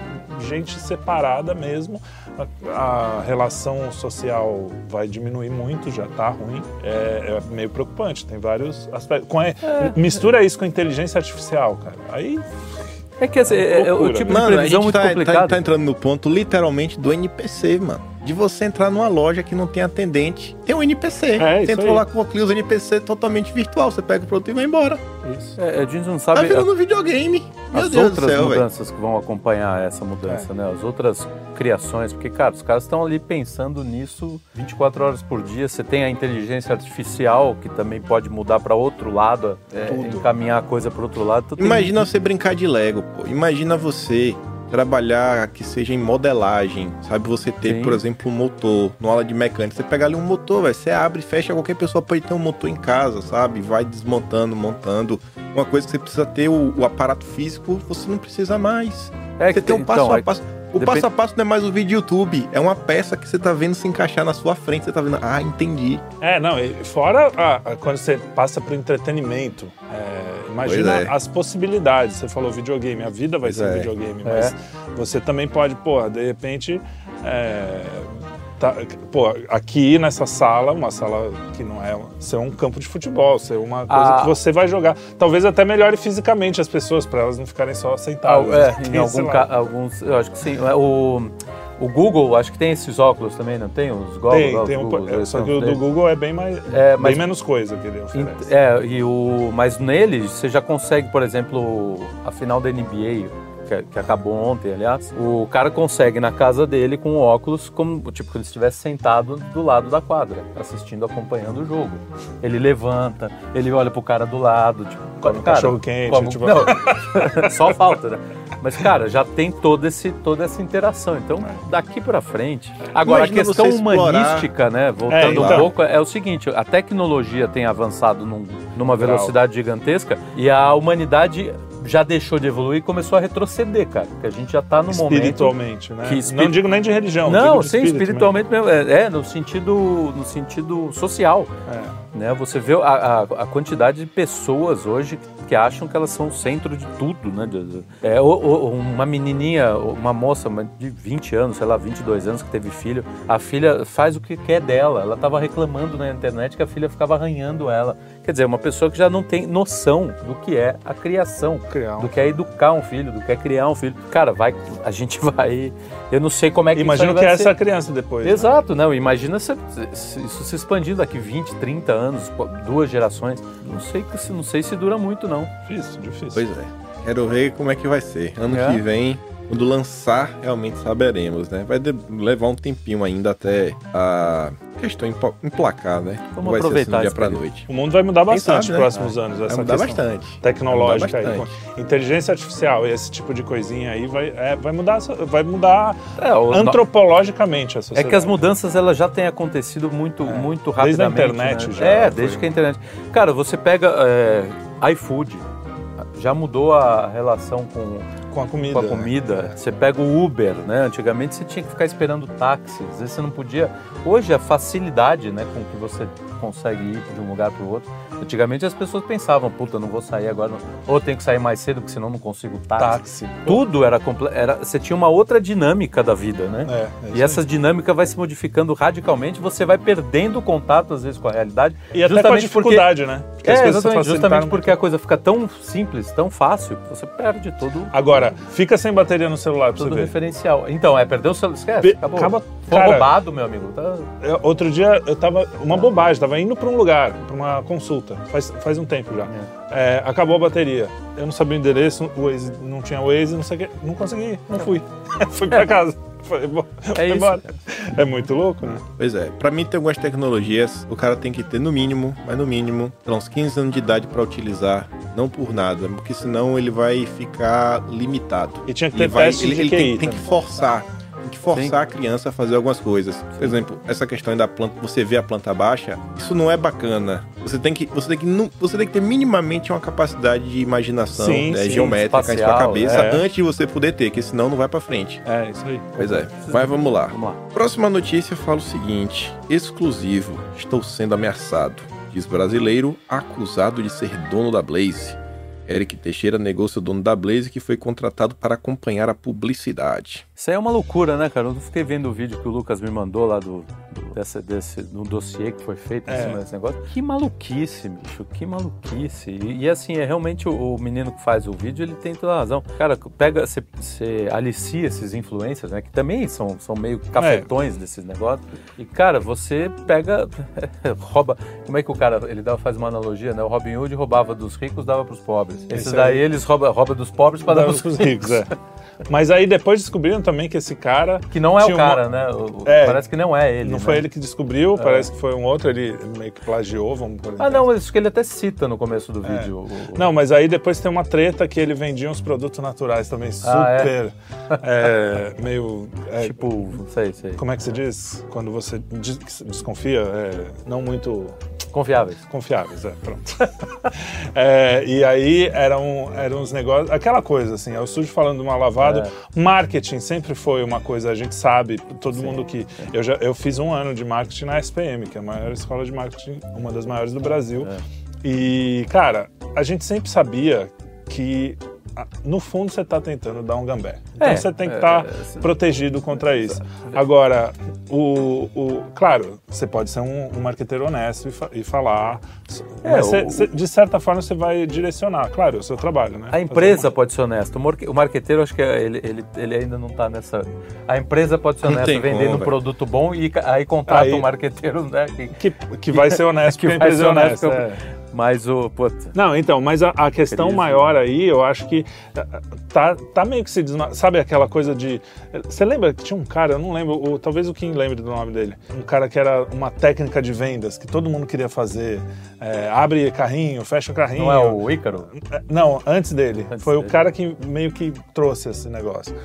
gente separada mesmo, a, a relação social vai diminuir muito, já tá ruim, é, é meio preocupante, tem vários aspectos. Com a, é. Mistura isso com inteligência artificial, cara, aí... É que esse, é, é o tipo de mano, previsão muito tá, complicado. Tá, tá entrando no ponto, literalmente, do N P C, mano. De você entrar numa loja que não tem atendente, tem um N P C. É, você entrou aí. lá com o óculos N P C totalmente virtual. Você pega o produto e vai embora. Isso. É, a gente não sabe... Tá virando um videogame. Meu As Deus outras do céu, mudanças véio. que vão acompanhar essa mudança, é. né? As outras criações, porque, cara, os caras estão ali pensando nisso vinte e quatro horas por dia. Você tem a inteligência artificial, que também pode mudar para outro lado, é, encaminhar a coisa para outro lado. Então, Imagina tem... você brincar de Lego, pô. Imagina você trabalhar que seja em modelagem, sabe? Você ter, Sim. por exemplo, um motor, numa aula de mecânica. Você pega ali um motor, véio, você abre, fecha, qualquer pessoa pode ter um motor em casa, sabe? Vai desmontando, montando. Uma coisa que você precisa ter o, o aparato físico, você não precisa mais. É você tem um passo então, a é... passo. O Depende... passo a passo não é mais o vídeo YouTube, é uma peça que você tá vendo se encaixar na sua frente, você tá vendo, ah, entendi. É, não, e fora a, a, quando você passa pro entretenimento, é, imagina é. as possibilidades. Você falou videogame, a vida vai Pois ser é. videogame, É. mas você também pode, pô, de repente, é, tá, pô, aqui nessa sala, uma sala que não é, ser um campo de futebol, ser uma coisa Ah. que você vai jogar. Talvez até melhore fisicamente as pessoas, para elas não ficarem só sentadas. Ah, é, né? em algum ca... alguns, eu acho que sim. O, o Google, acho que tem esses óculos também, não tem? Os goggles, Tem, os tem um, Googles, é, só tem que o uns do deles. Google é bem, mais, É, mas- bem menos coisa que ele oferece. É, e o, mas nele você já consegue, por exemplo, a final da N B A, que, que acabou ontem, aliás, o cara consegue na casa dele com o óculos, como tipo que ele estivesse sentado do lado da quadra, assistindo, acompanhando o jogo. Ele levanta, ele olha pro cara do lado, tipo, Come um cara, cachorro quente, como- tipo- não, só falta, né? Mas, cara, já tem todo esse, toda essa interação. Então, daqui pra frente... Agora, Imagina a questão você explorar- humanística, né? Voltando É, um então. pouco, é o seguinte, a tecnologia tem avançado num, numa velocidade gigantesca e a humanidade já deixou de evoluir e começou a retroceder, cara. Porque a gente já tá no momento... Espiritualmente, né? que espi- Não digo nem de religião. Não, digo de sim, espírito espiritualmente mesmo. É, é, no sentido, no sentido social. mesmo. É. Né? Você vê a, a, a quantidade de pessoas hoje que acham que elas são o centro de tudo, né? De- de- É, o- o- uma menininha, uma moça de vinte anos, sei lá, vinte e dois anos que teve filho, a filha faz o que quer dela. Ela estava reclamando na internet que a filha ficava arranhando ela. Quer dizer, uma pessoa que já não tem noção do que é a criação, Criar um do que é educar um filho, do que é criar um filho. Cara, vai, a gente vai... Eu não sei como é que Imagino isso que aí é vai ser. essa criança depois. né? Exato, não, imagina se, se- isso se expandindo daqui vinte, trinta anos, pô, duas gerações. Não sei, que se- não sei se dura muito, não. Difícil, difícil. Pois é. Quero ver como é que vai ser. Ano É. que vem, quando lançar, realmente saberemos, né? Vai de- levar um tempinho ainda até a questão empo- emplacar, né? Vamos vai aproveitar ser assim do dia esse pra período. noite. O mundo vai mudar Quem bastante sabe, nos né? próximos anos. Vai Essa mudar questão bastante. tecnológica Vai mudar aí. bastante. Inteligência artificial e esse tipo de coisinha aí vai, é, vai mudar, vai mudar É, o- antropologicamente a É sociedade. que as mudanças elas já têm acontecido muito, muito Desde a rapidamente. internet né? já É, foi. desde que a internet. Cara, você pega é, iFood, já mudou a relação com, com a comida. com a né? comida. Você pega o Uber, né? Antigamente você tinha que ficar esperando táxi, às vezes você não podia. Hoje a facilidade, né, com que você consegue ir de um lugar para o outro. Antigamente as pessoas pensavam, puta, não vou sair agora, não. Ou tenho que sair mais cedo, porque senão não consigo táxi. Táxi. Tudo era, comple... era. Você tinha uma outra dinâmica da vida, né? É, é isso E essa dinâmica vai se modificando radicalmente, você vai perdendo contato, às vezes, com a realidade. aí. E até com a dificuldade, né? Porque É, as coisas se exatamente, facilitaram justamente porque a coisa fica tão simples, tão fácil, que você perde todo, Agora, fica sem bateria no celular pra todo você ver. referencial. Então, é, perdeu o celular, esquece, Pe- acabou. acaba- Foi cara- roubado, meu amigo. Tá... Eu- outro dia eu tava. Uma bobagem, tava indo pra um lugar, pra uma consulta. Faz, faz um tempo já. É, acabou a bateria. Eu não sabia o endereço, o Waze, não tinha Waze, não sei o que. Não consegui, não fui. Fui pra casa. Foi foi, foi É isso, embora. cara. É muito louco, né? Pois é, pra mim tem algumas tecnologias, o cara tem que ter no mínimo, mas no mínimo, uns quinze anos de idade pra utilizar, não por nada, porque senão ele vai ficar limitado. E tinha que ter Ele vai- testes ele, de ele Q I tem, tem que também. forçar, tem que forçar Sim. a criança a fazer algumas coisas. Por exemplo, essa questão da planta, você vê a planta baixa, isso não é bacana. Você tem que, você tem que, nu- você tem que ter minimamente uma capacidade de imaginação, Sim, né, sim, geométrica em sua espacial, cabeça é. antes de você poder ter, porque senão não vai pra frente. É, isso aí. Pois é, mas vamos lá. Vamos lá. Próxima notícia fala o seguinte: exclusivo, estou sendo ameaçado, diz brasileiro acusado de ser dono da Blaze. Eric Teixeira negou ser dono da Blaze, que foi contratado para acompanhar a publicidade. Isso aí é uma loucura, né, cara? Eu fiquei vendo o vídeo que o Lucas me mandou lá do, do desse, desse, do dossiê que foi feito em É. cima desse negócio. Que maluquice, bicho, que maluquice. E, e assim, é realmente o, o menino que faz o vídeo, ele tem toda a razão. Cara, pega, você alicia esses influencers, né, que também são, são meio cafetões desses negócios. E, cara, você pega, rouba... Como é que o cara, ele dá, faz uma analogia, né? O Robin Hood roubava dos ricos, dava pros pobres. Esses Esse daí, aí. eles roubam rouba dos pobres para dar Dava pros pros ricos. ricos, é. Mas aí depois descobriram também que esse cara... Que não é tinha o uma- cara, né? O- o- É. Parece que não é ele. Não né? foi ele que descobriu, parece que foi um outro, ele meio que plagiou, vamos por Ah, não, acho que ele até cita no começo do É. vídeo. o- o- Não, mas aí depois tem uma treta que ele vendia uns produtos naturais também Ah, é? super... é, meio... é, Tipo, não sei, sei. como é que se diz? Quando você des- desconfia, é, não muito Confiáveis. confiáveis, é, pronto. É, e aí eram, eram uns negócios, aquela coisa assim, eu estou falando de uma lavada, marketing sempre foi uma coisa, a gente sabe, todo mundo que... Eu, já, eu fiz um ano de marketing na S P M, que é a maior escola de marketing, uma das maiores do Brasil. E, cara, a gente sempre sabia que a- no fundo você está tentando dar um gambé. Então É, você tem que é, estar é, é, protegido contra isso. Agora, o, o, claro, você pode ser um, um marqueteiro honesto e, fa- e falar, É, mas você- o- você- de certa forma você vai direcionar, claro, é o seu trabalho, né? A empresa pode ser honesta. O marque- o marqueteiro, acho que ele, ele, ele ainda não está nessa... A empresa pode ser Não honesta tem vendendo como, um velho. produto bom e ca- aí contrata Aí- um marqueteiro, né? Que, Que, que vai ser honesto que porque a vai empresa ser é honesto. honesta. porque- é. Mas o... Puta, Não, então, mas a, a questão Crise. maior aí, eu acho que eh, tá, tá meio que se desma... Sabe aquela coisa de... Você lembra que tinha um cara, eu não lembro, o, talvez o Kim lembre do nome dele, um cara que era uma técnica de vendas que todo mundo queria fazer, é, abre carrinho, fecha o carrinho. não é o Ícaro? Não, antes dele. Antes Foi dele. o cara que meio que trouxe esse negócio.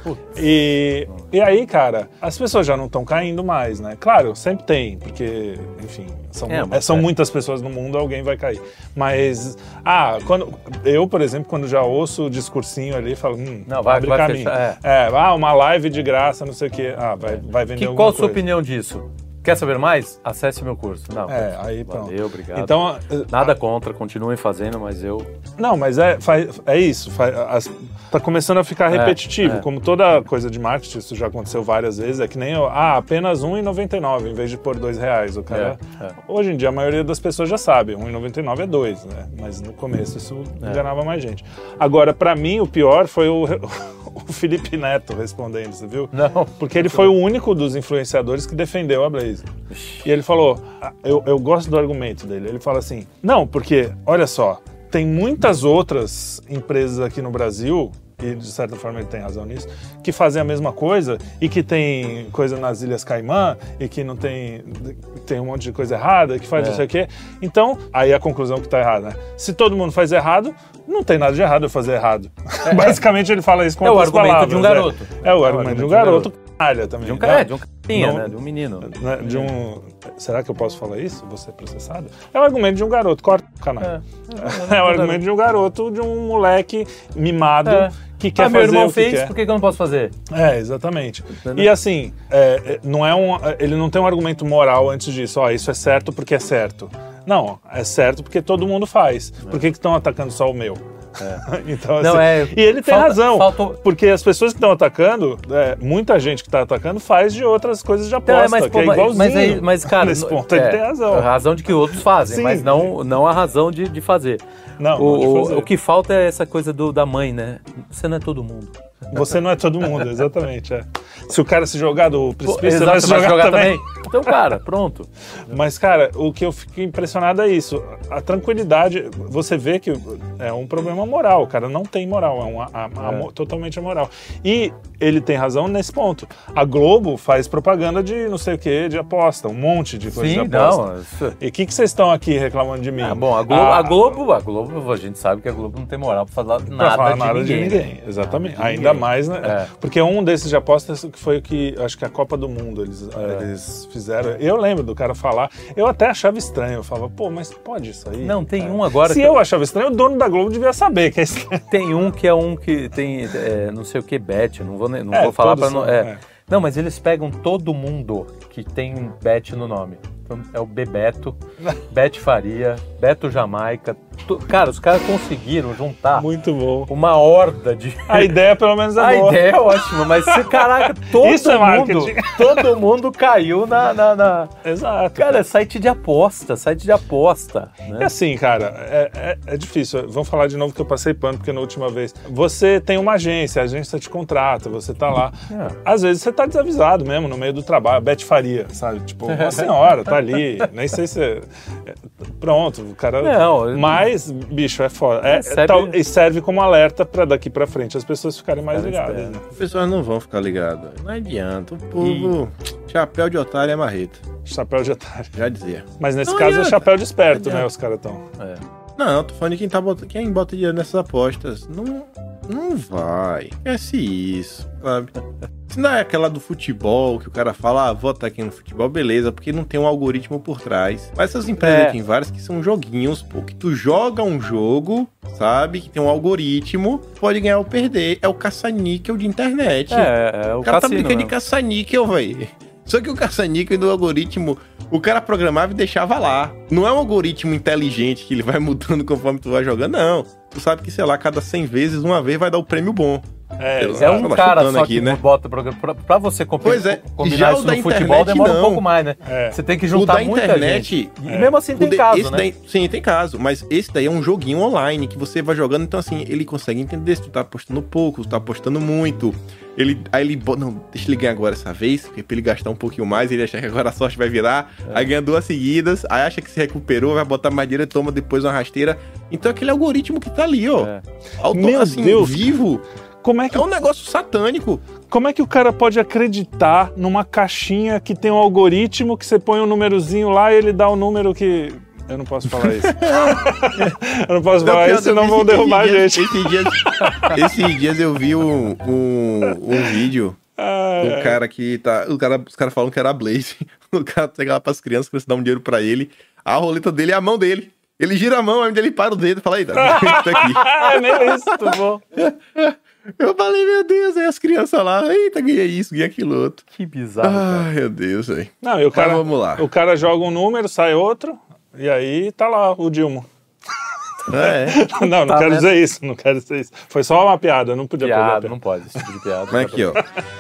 E, e aí, cara, as pessoas já não estão caindo mais, né? Claro, sempre tem, porque, enfim, são, É, mas são é. muitas pessoas no mundo, alguém vai cair. Mas, ah, quando, eu, por exemplo, quando já ouço o discursinho ali, falo, hum, Não, vai- abre vai caminho. fechar, é. ah, uma live de graça, não sei o quê. Ah, vai, vai vender Que, alguma qual a sua coisa. opinião disso? Quer saber mais? Acesse meu curso. Não, É, aí pronto. valeu, obrigado. Então, eh, Nada contra, continuem fazendo, mas eu... Não, mas é, faz- é isso. Faz, as- tá começando a ficar É, repetitivo. é. Como toda coisa de marketing, isso já aconteceu várias vezes. É que nem, eu, ah, apenas um real e noventa e nove centavos em vez de pôr dois reais. O cara, É, é. Hoje em dia, a maioria das pessoas já sabe. um real e noventa e nove centavos é dois, né? Mas no começo isso É. enganava mais gente. Agora, pra mim, o pior foi o, o Felipe Neto respondendo, você viu? Não. Porque ele foi o único dos influenciadores que defendeu a Blaze. E ele falou, ah, eu, eu gosto do argumento dele, ele fala assim, não, porque, olha só, tem muitas outras empresas aqui no Brasil, e de certa forma ele tem razão nisso, que fazem a mesma coisa e que tem coisa nas Ilhas Caimã e que não tem, tem um monte de coisa errada, que faz É. não sei o quê. Então, aí a conclusão que tá errada, né? Se todo mundo faz errado, não tem nada de errado eu fazer errado. Basicamente ele fala isso com É o outras argumento palavras, de um né? garoto. É o argumento de um garoto, caralho também. De um né? cara, de um carinha, Não- né? De um menino. Né, de um... Será que eu posso falar isso? Vou ser processado? É o argumento de um garoto, corta o canal. É, É. o argumento de um garoto, de um moleque mimado É. que quer Ah, meu fazer irmão o que fez, quer. por que que eu não posso fazer? É, exatamente. Entendeu? E assim, é, é, não é um, ele não tem um argumento moral antes disso. Ó, isso é certo porque é certo. Não, é certo porque todo mundo faz. Por que que estão atacando só o meu? Então, assim, Não, é- e ele tem falta- razão, falta- porque as pessoas que estão atacando, é, muita gente que está atacando faz de outras coisas de Então, aposta, mas, que pô, é mas- igualzinho. mas, aí- mas, cara, nesse no- ponto é, ele tem razão. A razão de que outros fazem, Sim. mas não, não a razão de, de fazer. Não, o, não de o- fazer. o que falta é essa coisa do, da mãe, né? Você não é todo mundo. Você não é todo mundo, exatamente. É. Se o cara se jogar do Pô, precipício, você exato, vai se jogar, também. Então, cara, pronto. Mas, cara, o que eu fico impressionado é isso. A tranquilidade, você vê que é um problema moral. O cara não tem moral, é, um, a, a, a, totalmente amoral. E ele tem razão nesse ponto. A Globo faz propaganda de não sei o que, de aposta, um monte de coisa Sim, de aposta. não. Isso... E o que, que vocês estão aqui reclamando de mim? Ah, bom, a Globo, ah, a Globo, a Globo, a gente sabe que a Globo não tem moral pra falar nada, pra falar de, nada ninguém, de ninguém. Né? Exatamente. Nada de Ainda ninguém. mais, né? É. Porque um desses de apostas que foi o que, acho que a Copa do Mundo, eles, É. eles fizeram. Eu lembro do cara falar, eu até achava estranho. Eu falava, pô, mas pode isso aí? Não, tem cara. um agora... Se que... eu achava estranho, o dono da Globo devia saber que é estranho. Tem um que é um que tem, é, não sei o que, bet, não vou, não É, vou falar pra... todos Não, são, é. é. Não, mas eles pegam todo mundo que tem bet no nome. Então, é o Bebeto, Bet Faria, Beto Jamaica. Tu, cara, os caras conseguiram juntar Muito bom. uma horda de... A ideia, pelo menos, é A boa. ideia é ótima, mas, caraca, todo Isso é mundo, marketing. todo mundo caiu na... na, na... Exato. Cara, é site de aposta, site de aposta. Né? É assim, cara, é, é, é difícil. Vamos falar de novo que eu passei pano, porque na última vez. Você tem uma agência, a agência te contrata, você tá lá. É. Às vezes você tá desavisado mesmo, no meio do trabalho. Bete Faria, sabe? Tipo, uma senhora tá ali, nem sei se... É, pronto, o cara... Não, Mas, bicho, é foda. É, Recebe- é tal- e serve como alerta pra daqui pra frente as pessoas ficarem mais Cara, ligadas. espera. Né? As pessoas não vão ficar ligadas. Não adianta. O povo... Chapéu de otário é marreta. Chapéu de otário. Já dizia. Mas nesse Não caso é adianta. chapéu de esperto, Não né? adianta. Os caras estão. É. Não, eu tô falando de quem, tá bota... quem bota dinheiro nessas apostas. Não, não vai. Esquece isso, sabe? Se não é aquela do futebol, que o cara fala, ah, vota aqui no futebol, beleza, porque não tem um algoritmo por trás. Mas essas empresas É. aqui tem várias que são joguinhos, pô, que tu joga um jogo, sabe, que tem um algoritmo, pode ganhar ou perder. É o caça-níquel de internet. É, é o O cara tá cassino, brincando de né? caça-níquel, velho. Só que o caça-níquel do algoritmo, o cara programava e deixava lá. Não é um algoritmo inteligente que ele vai mudando conforme tu vai jogando, não. Tu sabe que, sei lá, cada cem vezes, uma vez vai dar o prêmio bom. É, Eu- exato. É um Tava cara chutando só aqui, que né? bota programa. Pra, pra você comp Pois é, combinar já isso o da no futebol internet, demora não. um pouco mais, né? É. Você tem que O juntar da muita internet... gente. E É. mesmo assim o tem de- caso, esse né? daí- sim, tem caso. Mas esse daí é um joguinho online que você vai jogando. Então, assim, ele consegue entender se tu tá apostando pouco, se tu tá apostando muito. Ele, aí ele... bo- Não, deixa ele ganhar agora essa vez, porque pra ele gastar um pouquinho mais, ele acha que agora a sorte vai virar. É. Aí ganha duas seguidas, aí acha que se recuperou, vai botar mais dinheiro e toma depois uma rasteira. Então, aquele algoritmo que tá ali, ó. É. Auto, Meu assim, Deus. vivo. Como é que É um negócio satânico. Como é que o cara pode acreditar numa caixinha que tem um algoritmo que você põe um númerozinho lá e ele dá o número que... Eu não posso falar isso. eu não posso falar pior, isso, senão eu vi vão esses derrubar a dias- gente. Esses dias, esses dias eu vi um, um, um vídeo Ah, do cara que tá... O cara, os caras falam que era a Blaze. O cara chega lá pras crianças pra você dar um dinheiro pra ele. A roleta dele é a mão dele. Ele gira a mão, aí ele para o dedo e fala, eita, tá aqui. é meio isso, muito bom. Eu falei, meu Deus, aí as crianças lá, eita, ganhei isso, ganhei aquilo outro. Que bizarro, cara. Ai, meu Deus, velho. Não, e o cara, Mas vamos lá. o cara joga um número, sai outro, e aí tá lá o Dilma. É, Não, não Tá, quero né? dizer isso, não quero dizer isso. Foi só uma piada, não podia Piada, fazer. não pode, esse tipo de piada. mas aqui, ó.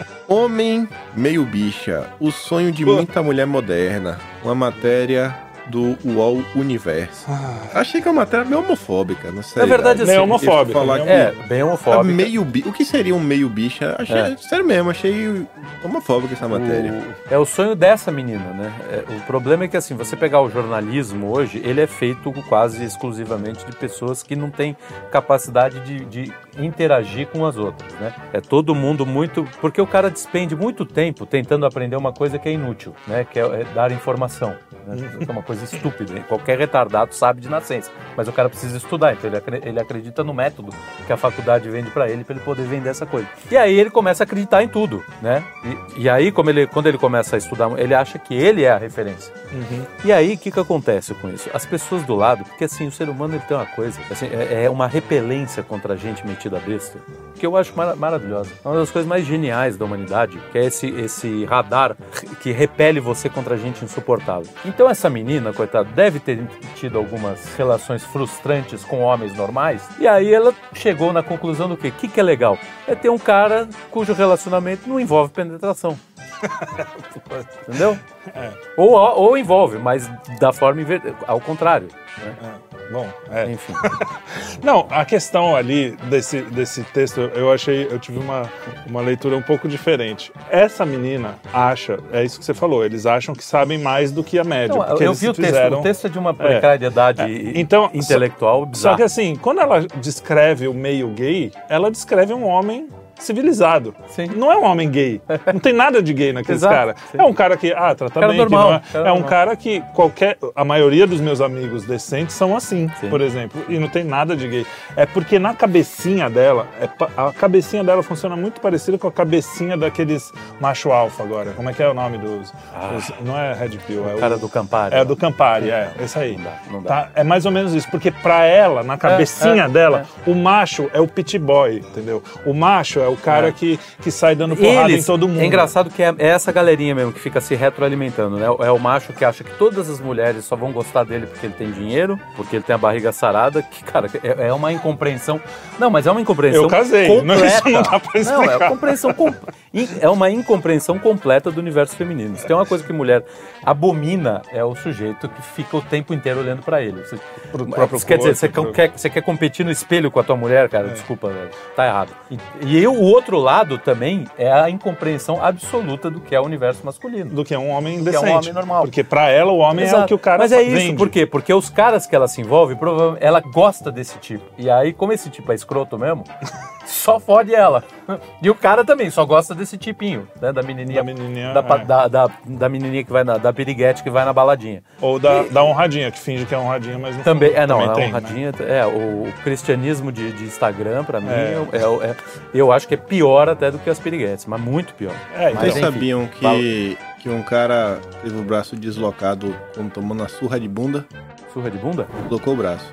Homem meio bicha, o sonho de muita mulher moderna. Uma matéria do U O L Universo. Achei que é uma matéria meio homofóbica, não sei. Na verdade, assim, Meio homofóbica. falar meio que- É, bem A homofóbico. meio bi... O que seria um meio bicha? Achei, É. sério mesmo, achei homofóbica essa matéria. O- é o sonho dessa menina, né? É, o problema é que, assim, você pegar o jornalismo hoje, ele é feito quase exclusivamente de pessoas que não têm capacidade de, de interagir com as outras, né? É todo mundo muito... Porque o cara despende muito tempo tentando aprender uma coisa que é inútil, né? Que é, é dar informação, né? Que é uma coisa estúpida. Hein? Qualquer retardado sabe de nascença, mas o cara precisa estudar, então ele, acre- ele acredita no método que a faculdade vende pra ele, pra ele poder vender essa coisa. E aí ele começa a acreditar em tudo, né? E, e aí, como ele, quando ele começa a estudar, ele acha que ele é a referência. Uhum. E aí, o que que acontece com isso? As pessoas do lado, porque assim, o ser humano ele tem uma coisa, assim, é, é uma repelência contra a gente metida besta, que eu acho mara- maravilhosa. É uma das coisas mais geniais da humanidade, que é esse, esse radar que repele você contra a gente insuportável. Então essa menina, coitada, deve ter tido algumas relações frustrantes com homens normais, e aí ela chegou na conclusão do quê? O que que é legal? É ter um cara cujo relacionamento não envolve penetração. Entendeu? É. Ou, ou envolve, mas da forma inver... ao contrário. Né? É. Bom, é. Enfim. Não, a questão ali desse, desse texto, eu achei, eu tive uma, uma leitura um pouco diferente. Essa menina acha, é isso que você falou, eles acham que sabem mais do que a média. Não, porque eu eles vi o texto, fizeram... o texto é de uma precariedade é. Então, intelectual só, bizarra. Só que assim, quando ela descreve o meio gay, ela descreve um homem civilizado. Sim. Não é um homem gay. Não tem nada de gay naquele cara. Sim. É um cara que, ah, trata cara bem, normal, que não é. cara É um normal. cara que qualquer... A maioria dos meus amigos decentes são assim, Sim. por exemplo. E não tem nada de gay. É porque na cabecinha dela, é, a cabecinha dela funciona muito parecida com a cabecinha daqueles macho alfa agora. Como é que é o nome dos... Ah. dos não é Red Pill, é O o... cara do Campari. É do Campari, é. Esse aí. Não dá, não dá. Tá? É mais ou menos isso. Porque pra ela, na cabecinha É, é, dela, o macho é o pit boy, entendeu? O macho é o cara É. que, que sai dando porrada Eles, em todo mundo. É engraçado que é, é essa galerinha mesmo que fica se retroalimentando, né? É o macho que acha que todas as mulheres só vão gostar dele porque ele tem dinheiro, porque ele tem a barriga sarada, que, cara, é, é uma incompreensão. Não, mas é uma incompreensão Eu casei, completa. não, isso não dá pra Não, é, explicar. uma compreensão com... é uma incompreensão completa do universo feminino. Se tem uma coisa que mulher abomina, é o sujeito que fica o tempo inteiro olhando pra ele. Você, Pro próprio quer dizer, corpo, você pro- quer, você quer competir no espelho com a tua mulher, cara? É. Desculpa, velho. Tá errado. E, e eu, o outro lado também é a incompreensão absoluta do que é o universo masculino. Do que é um homem que é um decente. homem normal. Porque pra ela, o homem é Exato. o que o cara Mas é isso, vende. por quê? Porque os caras que ela se envolve, provavelmente ela gosta desse tipo. E aí, como esse tipo é escroto mesmo, só fode ela. E o cara também só gosta desse tipinho, né? Da menininha. Da menininha, da, pa- é. da, da, da menininha que vai na. Da piriguete que vai na baladinha. Ou da, da honradinha, que finge que é honradinha, mas não Também, é, não, também a tem, né? honradinha, é, o, o cristianismo de, de Instagram, pra mim, É. é, é- é- eu acho que é pior até do que as piriguetes, mas muito pior. É, Mas, Vocês enfim, sabiam fala. que, que um cara teve o braço deslocado quando tomou uma surra de bunda? Surra de bunda? Deslocou o braço.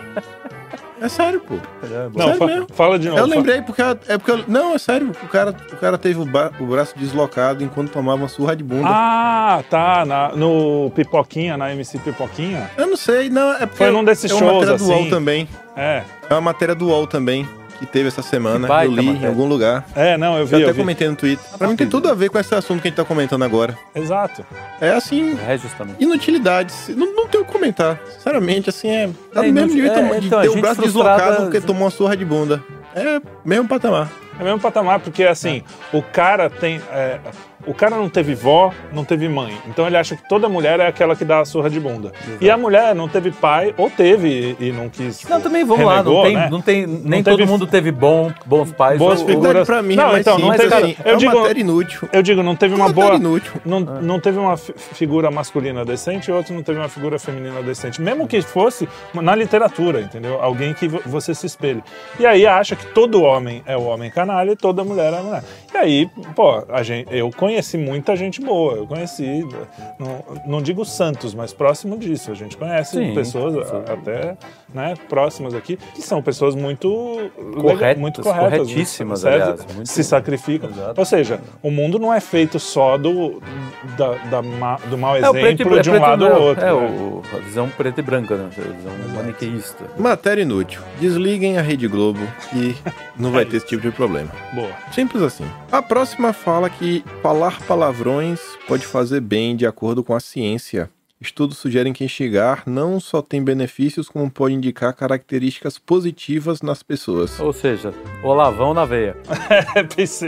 É sério, pô. É, Não, Sério fa- mesmo? fala de novo. Eu fa- lembrei porque... É porque eu- não, é sério. O cara, o cara teve o, ba- o braço deslocado enquanto tomava uma surra de bunda. Ah, tá. Na- no Pipoquinha, na M C Pipoquinha. Eu não sei, não. É porque Foi num desses é uma shows, matéria do U O L assim. também. É. É uma matéria do U O L também, que teve essa semana. Que baita Eu li em matéria. algum lugar. É, não, eu vi, Eu eu até vi. comentei no Twitter. Pra mim tem tudo a ver com esse assunto que a gente tá comentando agora. Exato. É assim, É, justamente. inutilidades. Não, não tem o que comentar. Sinceramente, assim, é. Tá É no mesmo inutil- nível é, de então, a ter o gente braço frustrada- deslocado porque tomou uma surra de bunda. É mesmo patamar. É o mesmo patamar, porque assim, o cara tem. é, o cara não teve vó, não teve mãe. Então ele acha que toda mulher é aquela que dá a surra de bunda. E a mulher não teve pai, ou teve e, e não quis. Tipo, Não, também vamos lá, renegou, não tem, né? não tem, nem Não todo teve- mundo teve bom, bons pais. Boas ou- figuras. Verdade, pra mim, Não, é mais então, não simples, teve- assim, eu é digo- uma matéria inútil. Eu digo, não teve É uma uma boa. matéria inútil. Não, não teve uma fi- figura masculina decente e outro não teve uma figura feminina decente. Mesmo que fosse na literatura, entendeu? Alguém que vo- você se espelhe. E aí acha que todo homem é o homem canalha e toda mulher é a mulher. E aí, pô, a gente, eu conheci muita gente boa. Eu conheci, não, não digo santos, mas próximo disso. A gente conhece Sim, pessoas sim. a- até né, próximas aqui, que são pessoas muito, Corretas, muito corretas. corretíssimas, muito, aliás, muito- se sacrificam. Exato. Ou seja, o mundo não é feito só do, da, da ma- do mau É o preto e exemplo é de um preto e lado branco. ou outro. É, né? o, a visão preta e branca, né? A visão maniqueísta. Matéria inútil. Desliguem a Rede Globo e não vai ter esse tipo de problema. Boa. Simples assim. A próxima fala que falar palavrões pode fazer bem de acordo com a ciência. Estudos sugerem que enxergar não só tem benefícios, como pode indicar características positivas nas pessoas. Ou seja, olavão na veia. É, pensei.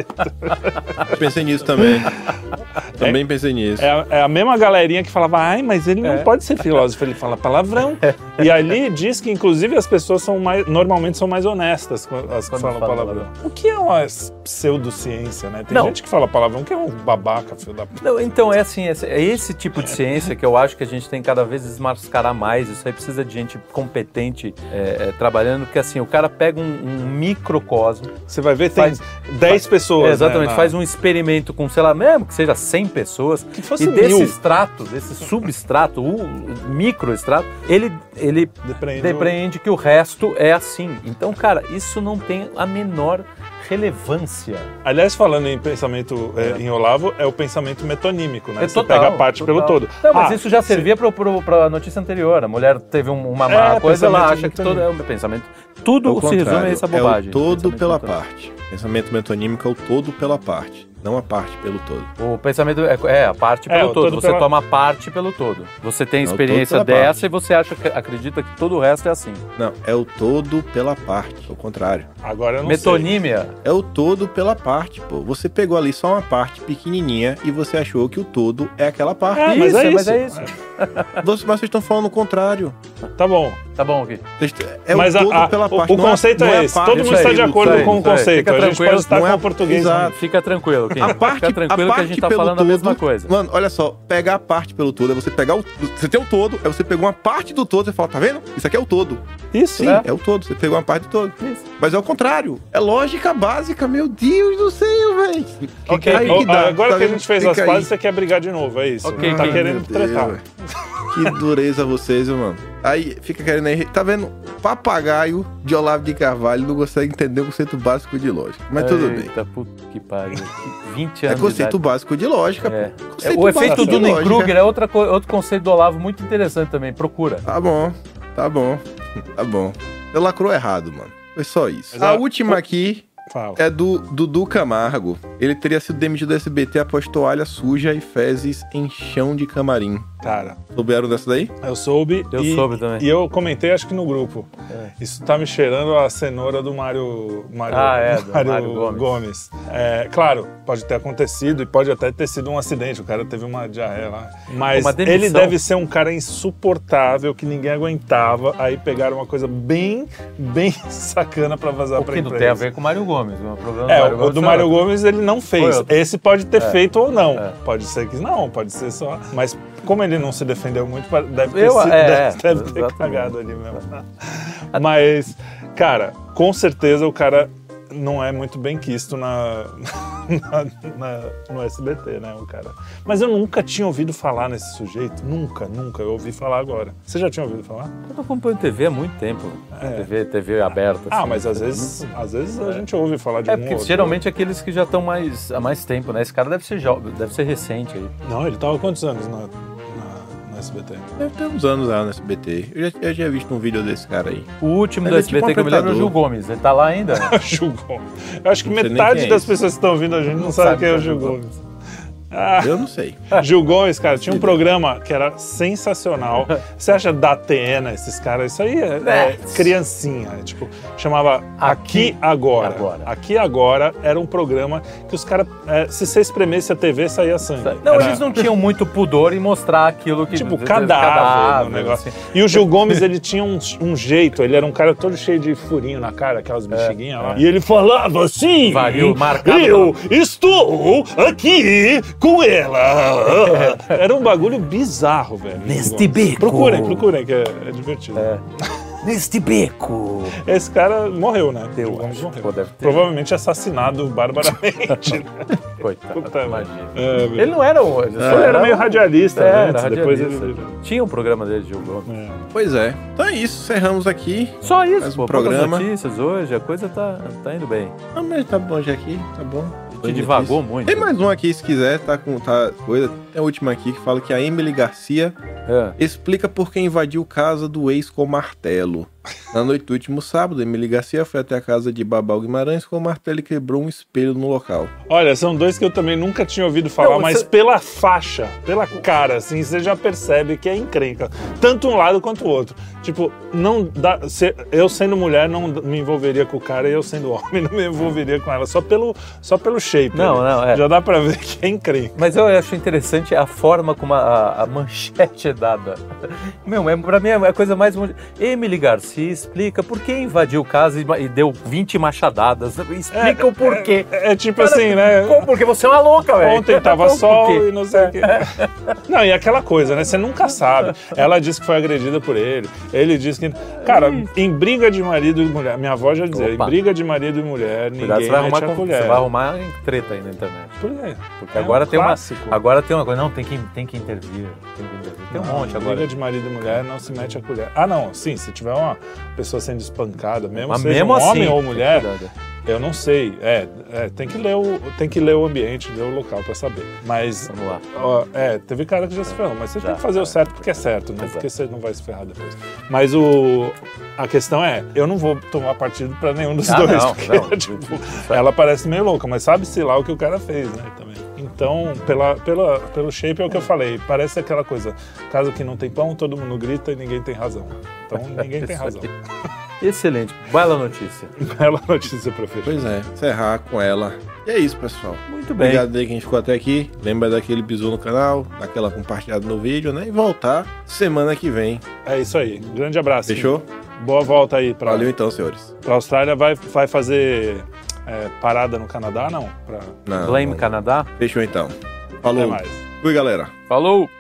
Eu pensei nisso também. Também pensei nisso. É, a, é a mesma galerinha que falava, ai, mas ele não É. pode ser filósofo, ele fala palavrão. E ali diz que, inclusive, as pessoas são mais, normalmente são mais honestas com as que Quando falam fala palavrão. palavrão. O que é uma pseudociência, né? Tem Não. gente que fala palavrão que é um babaca, filho da puta. Não, então, é assim, é é esse tipo de ciência que eu acho que a gente tem que cada vez desmascarar mais. Isso aí precisa de gente competente é, é, trabalhando, porque assim, o cara pega um, um microcosmo. Você vai ver, tem Faz- dez pessoas. É, exatamente, né, na- faz um experimento com, sei lá, mesmo que seja cem pessoas, Que fosse e desse mil. extrato, desse substrato, o microextrato, ele, ele Depreende o- depreende que o resto é assim. Então, cara, isso não tem a menor relevância. Aliás, falando em pensamento é, em Olavo, é o pensamento metonímico, né? É Você total, pega a parte total. pelo todo. Não, mas Ah, isso já sim. servia para a notícia anterior. A mulher teve um- uma má É, coisa, ela pensamento acha que todo metonímico. é um pensamento. Tudo Ao se resume a contrário, essa bobagem. é o todo Pensamento pela metonímico. parte. Pensamento metonímico é o todo pela parte. não a parte pelo todo. O pensamento é, é a parte pelo É, o todo. todo Você pela- toma parte pelo todo. Você tem Não, o experiência todo pela dessa parte. e você acha que, acredita que todo o resto é assim. Não, é o todo pela parte, ao contrário. Agora eu não sei. Metonímia. É o todo pela parte, pô. Você pegou ali só uma parte pequenininha e você achou que o todo é aquela parte. É, mas isso, é mas isso. é isso. Você- mas vocês estão falando o contrário. Tá bom. Tá bom aqui. Vocês- É Mas o a- todo a- pela o- parte. o não conceito não é a esse. parte. Todo mundo Isso está aí, de acordo isso aí, com o isso aí. conceito. Fica A gente tranquilo, pode estar não é com a- o português. Exato. Fica tranquilo, Kim. A parte, Fica tranquilo a que a parte gente tá pelo falando todo, a mesma coisa. Mano, olha só, pegar a parte pelo todo é você pegar o. Você tem o todo, é você pegou uma parte do todo e fala, tá vendo? Isso aqui é o todo. Isso, Sim, é. é, o todo. Você pegou uma parte do todo. Isso. Mas é o contrário. É lógica básica, meu Deus do céu, velho. Ok, Aí ó, que dá, agora tá que a vendo? gente fez Fica as aí. pazes, você quer brigar de novo, é isso? Ok, tá Kim. querendo Meu Deus, tretar. velho. Que dureza vocês, viu, mano. Aí fica querendo aí. Tá vendo? Papagaio de Olavo de Carvalho não consegue entender o conceito básico de lógica. Mas tudo bem. Eita, puta que pariu. Que vinte É anos conceito de idade. básico de lógica, É. pô. É, Conceito o efeito básico de Dunning-Kruger lógica. é outra co- outro conceito do Olavo muito interessante também. Procura. Tá bom, tá bom, tá bom. Você lacrou errado, mano. Foi só isso. Mas A a- última o- aqui Fala. é do Dudu Camargo. Ele teria sido demitido do S B T após toalha suja e fezes em chão de camarim. Cara, Souberam dessa daí? eu soube. Eu e, soube também. E eu comentei, acho que no grupo. É. Isso tá me cheirando a cenoura do Mário, Mário, Ah, é, do Mário Gomes. Gomes. É, claro, pode ter acontecido e pode até ter sido um acidente. O cara teve uma diarreia lá. Mas Uma demissão. ele deve ser um cara insuportável que ninguém aguentava. Aí pegaram uma coisa bem, bem sacana pra vazar O pra que não empresa. tem a ver com o Mário Gomes. O programa É, do Mário o Gomes do é Mário outro. Gomes ele não fez. Foi outro. Esse pode ter É. feito ou não. É. Pode ser que não, pode ser só. Mas como ele não se defendeu muito, deve ter, Eu- sido, é, deve, é, deve ter exatamente. cagado ali mesmo. Mas, cara, com certeza o cara não é muito bem quisto na, na- na- no S B T, né, o cara. Mas eu nunca tinha ouvido falar nesse sujeito. Nunca, nunca. Eu ouvi falar agora. Você já tinha ouvido falar? Eu acompanho T V há muito tempo. É. T V, T V aberta. Ah, assim. mas às vezes, às vezes a gente ouve falar de É, um porque outro. geralmente aqueles que já estão mais, há mais tempo, né? Esse cara deve ser jovem, deve ser recente aí. Não, ele tava há quantos anos na, na- no S B T? Deve ter uns anos lá no S B T. Eu já, eu já tinha visto um vídeo desse cara aí. O último Ele do é S B T tipo um que eu me lembro é o Gil apresentador. Gomes. Ele tá lá ainda? Gil Gomes. Eu acho que Não sei nem metade quem é das esse. pessoas que estão ouvindo a gente não, sabe sabe quem é o quem é Gil o Gil Gomes. Ah, Eu não sei. Gil Gomes, cara, tinha um programa que era sensacional. Você acha da Atena, esses caras? Isso aí é, é criancinha. É, tipo, chamava Aqui, Aqui Agora. Agora. Aqui Agora era um programa que os caras, é, se você espremesse a T V, saía sangue. Não, Era, eles não tinham muito pudor em mostrar aquilo que... Tipo, cadáver, no negócio. assim. E o Gil Gomes, ele tinha um, um jeito, ele era um cara todo cheio de furinho na cara, aquelas bexiguinhas lá. é. E ele falava assim: Vario marcado eu estou aqui com ela. Era um bagulho bizarro, velho. Gil Neste Gomes. beco. Procurem, procurem, que é, é divertido. É. Neste beco. Esse cara morreu, né? Eu Gil Gomes acho. morreu. Pô, deve ter. Provavelmente assassinado barbaramente. Coitado, Puta, imagina. É, velho. Ele não era um... Ele, Ele era meio radialista, É, né? era antes, depois radialista. ele... Tinha um programa dele, Gil Gomes. É. Pois é. Então é isso. Encerramos aqui. Só isso, Mais um pô. Poucas programa. notícias hoje, a coisa tá, tá indo bem. Ah, mas tá bom já aqui. Tá bom. Que divagou muito. Tem mais um aqui, se quiser, tá com tá, coisa. Tem a última aqui que fala que a Emily Garcia É. explica por que invadiu casa do ex com martelo. Na noite do último sábado, Emily Garcia foi até a casa de Babal Guimarães com o martelo e quebrou um espelho no local. Olha, são dois que eu também nunca tinha ouvido falar, Não, mas você- pela faixa, pela cara, assim, você já percebe que é encrenca. Tanto um lado quanto o outro. Tipo, não dá. se- eu sendo mulher não me envolveria com o cara e eu sendo homem não me envolveria com ela. Só pelo, só pelo shape. Não, ali. não, é. Já dá pra ver que é encrenca. Mas eu acho interessante a forma como a, a- a manchete é dada. Meu, é, pra mim é a coisa mais... Emily Garcia explica por que invadiu casa e, ma- e deu vinte machadadas. Explica o porquê. É, é tipo Cara, assim, né? como? Porque você é uma louca, velho. Ontem tava Como? sol Por quê? e não sei o quê. Não, e aquela coisa, né? Você nunca sabe. Ela disse que foi agredida por ele. Ele disse que... Cara, em briga de marido e mulher... Minha avó já dizia, Opa. em briga de marido e mulher, Cuidado, ninguém você vai, mete arrumar a com, colher. você vai arrumar em treta aí na internet. Por quê? Porque É agora, um tem uma, clássico. agora tem uma coisa. Não, tem que, tem que intervir. Tem que intervir. Tem um Não, monte em agora. briga de marido e mulher não se mete a colher. Ah, não, sim, se tiver uma pessoa sendo espancada, mesmo Mas seja mesmo um assim, homem ou tem mulher, que cuidar. Eu não sei. É, é, tem que ler o, tem que ler o ambiente, ler o local pra saber. Mas, Vamos lá. ó, é, teve cara que já se ferrou, mas você Já, tem que fazer é. o certo porque é certo, não Exato. porque você não vai se ferrar depois. Mas o, a questão é, eu não vou tomar partido pra nenhum dos Ah, dois, não, porque, não. tipo, ela parece meio louca, mas sabe-se lá o que o cara fez, né, também. Então, pela, pela, pelo shape é o que eu falei, parece aquela coisa, caso que não tem pão, todo mundo grita e ninguém tem razão. Então, ninguém tem Isso razão. aí. Excelente, bela notícia. Bela notícia pra fechar. Pois é, encerrar com ela. E é isso, pessoal. Muito bem. Obrigado aí quem ficou até aqui. Lembra daquele bisu no canal, daquela compartilhada no vídeo, né? E voltar semana que vem. É isso aí. Um grande abraço. Fechou? Boa volta aí pra, Valeu então, senhores. pra Austrália. Vai, vai fazer é, parada no Canadá, não? Pra... Não, Blame não. Canadá. Fechou então. Falou. Até mais. Fui, galera. Falou!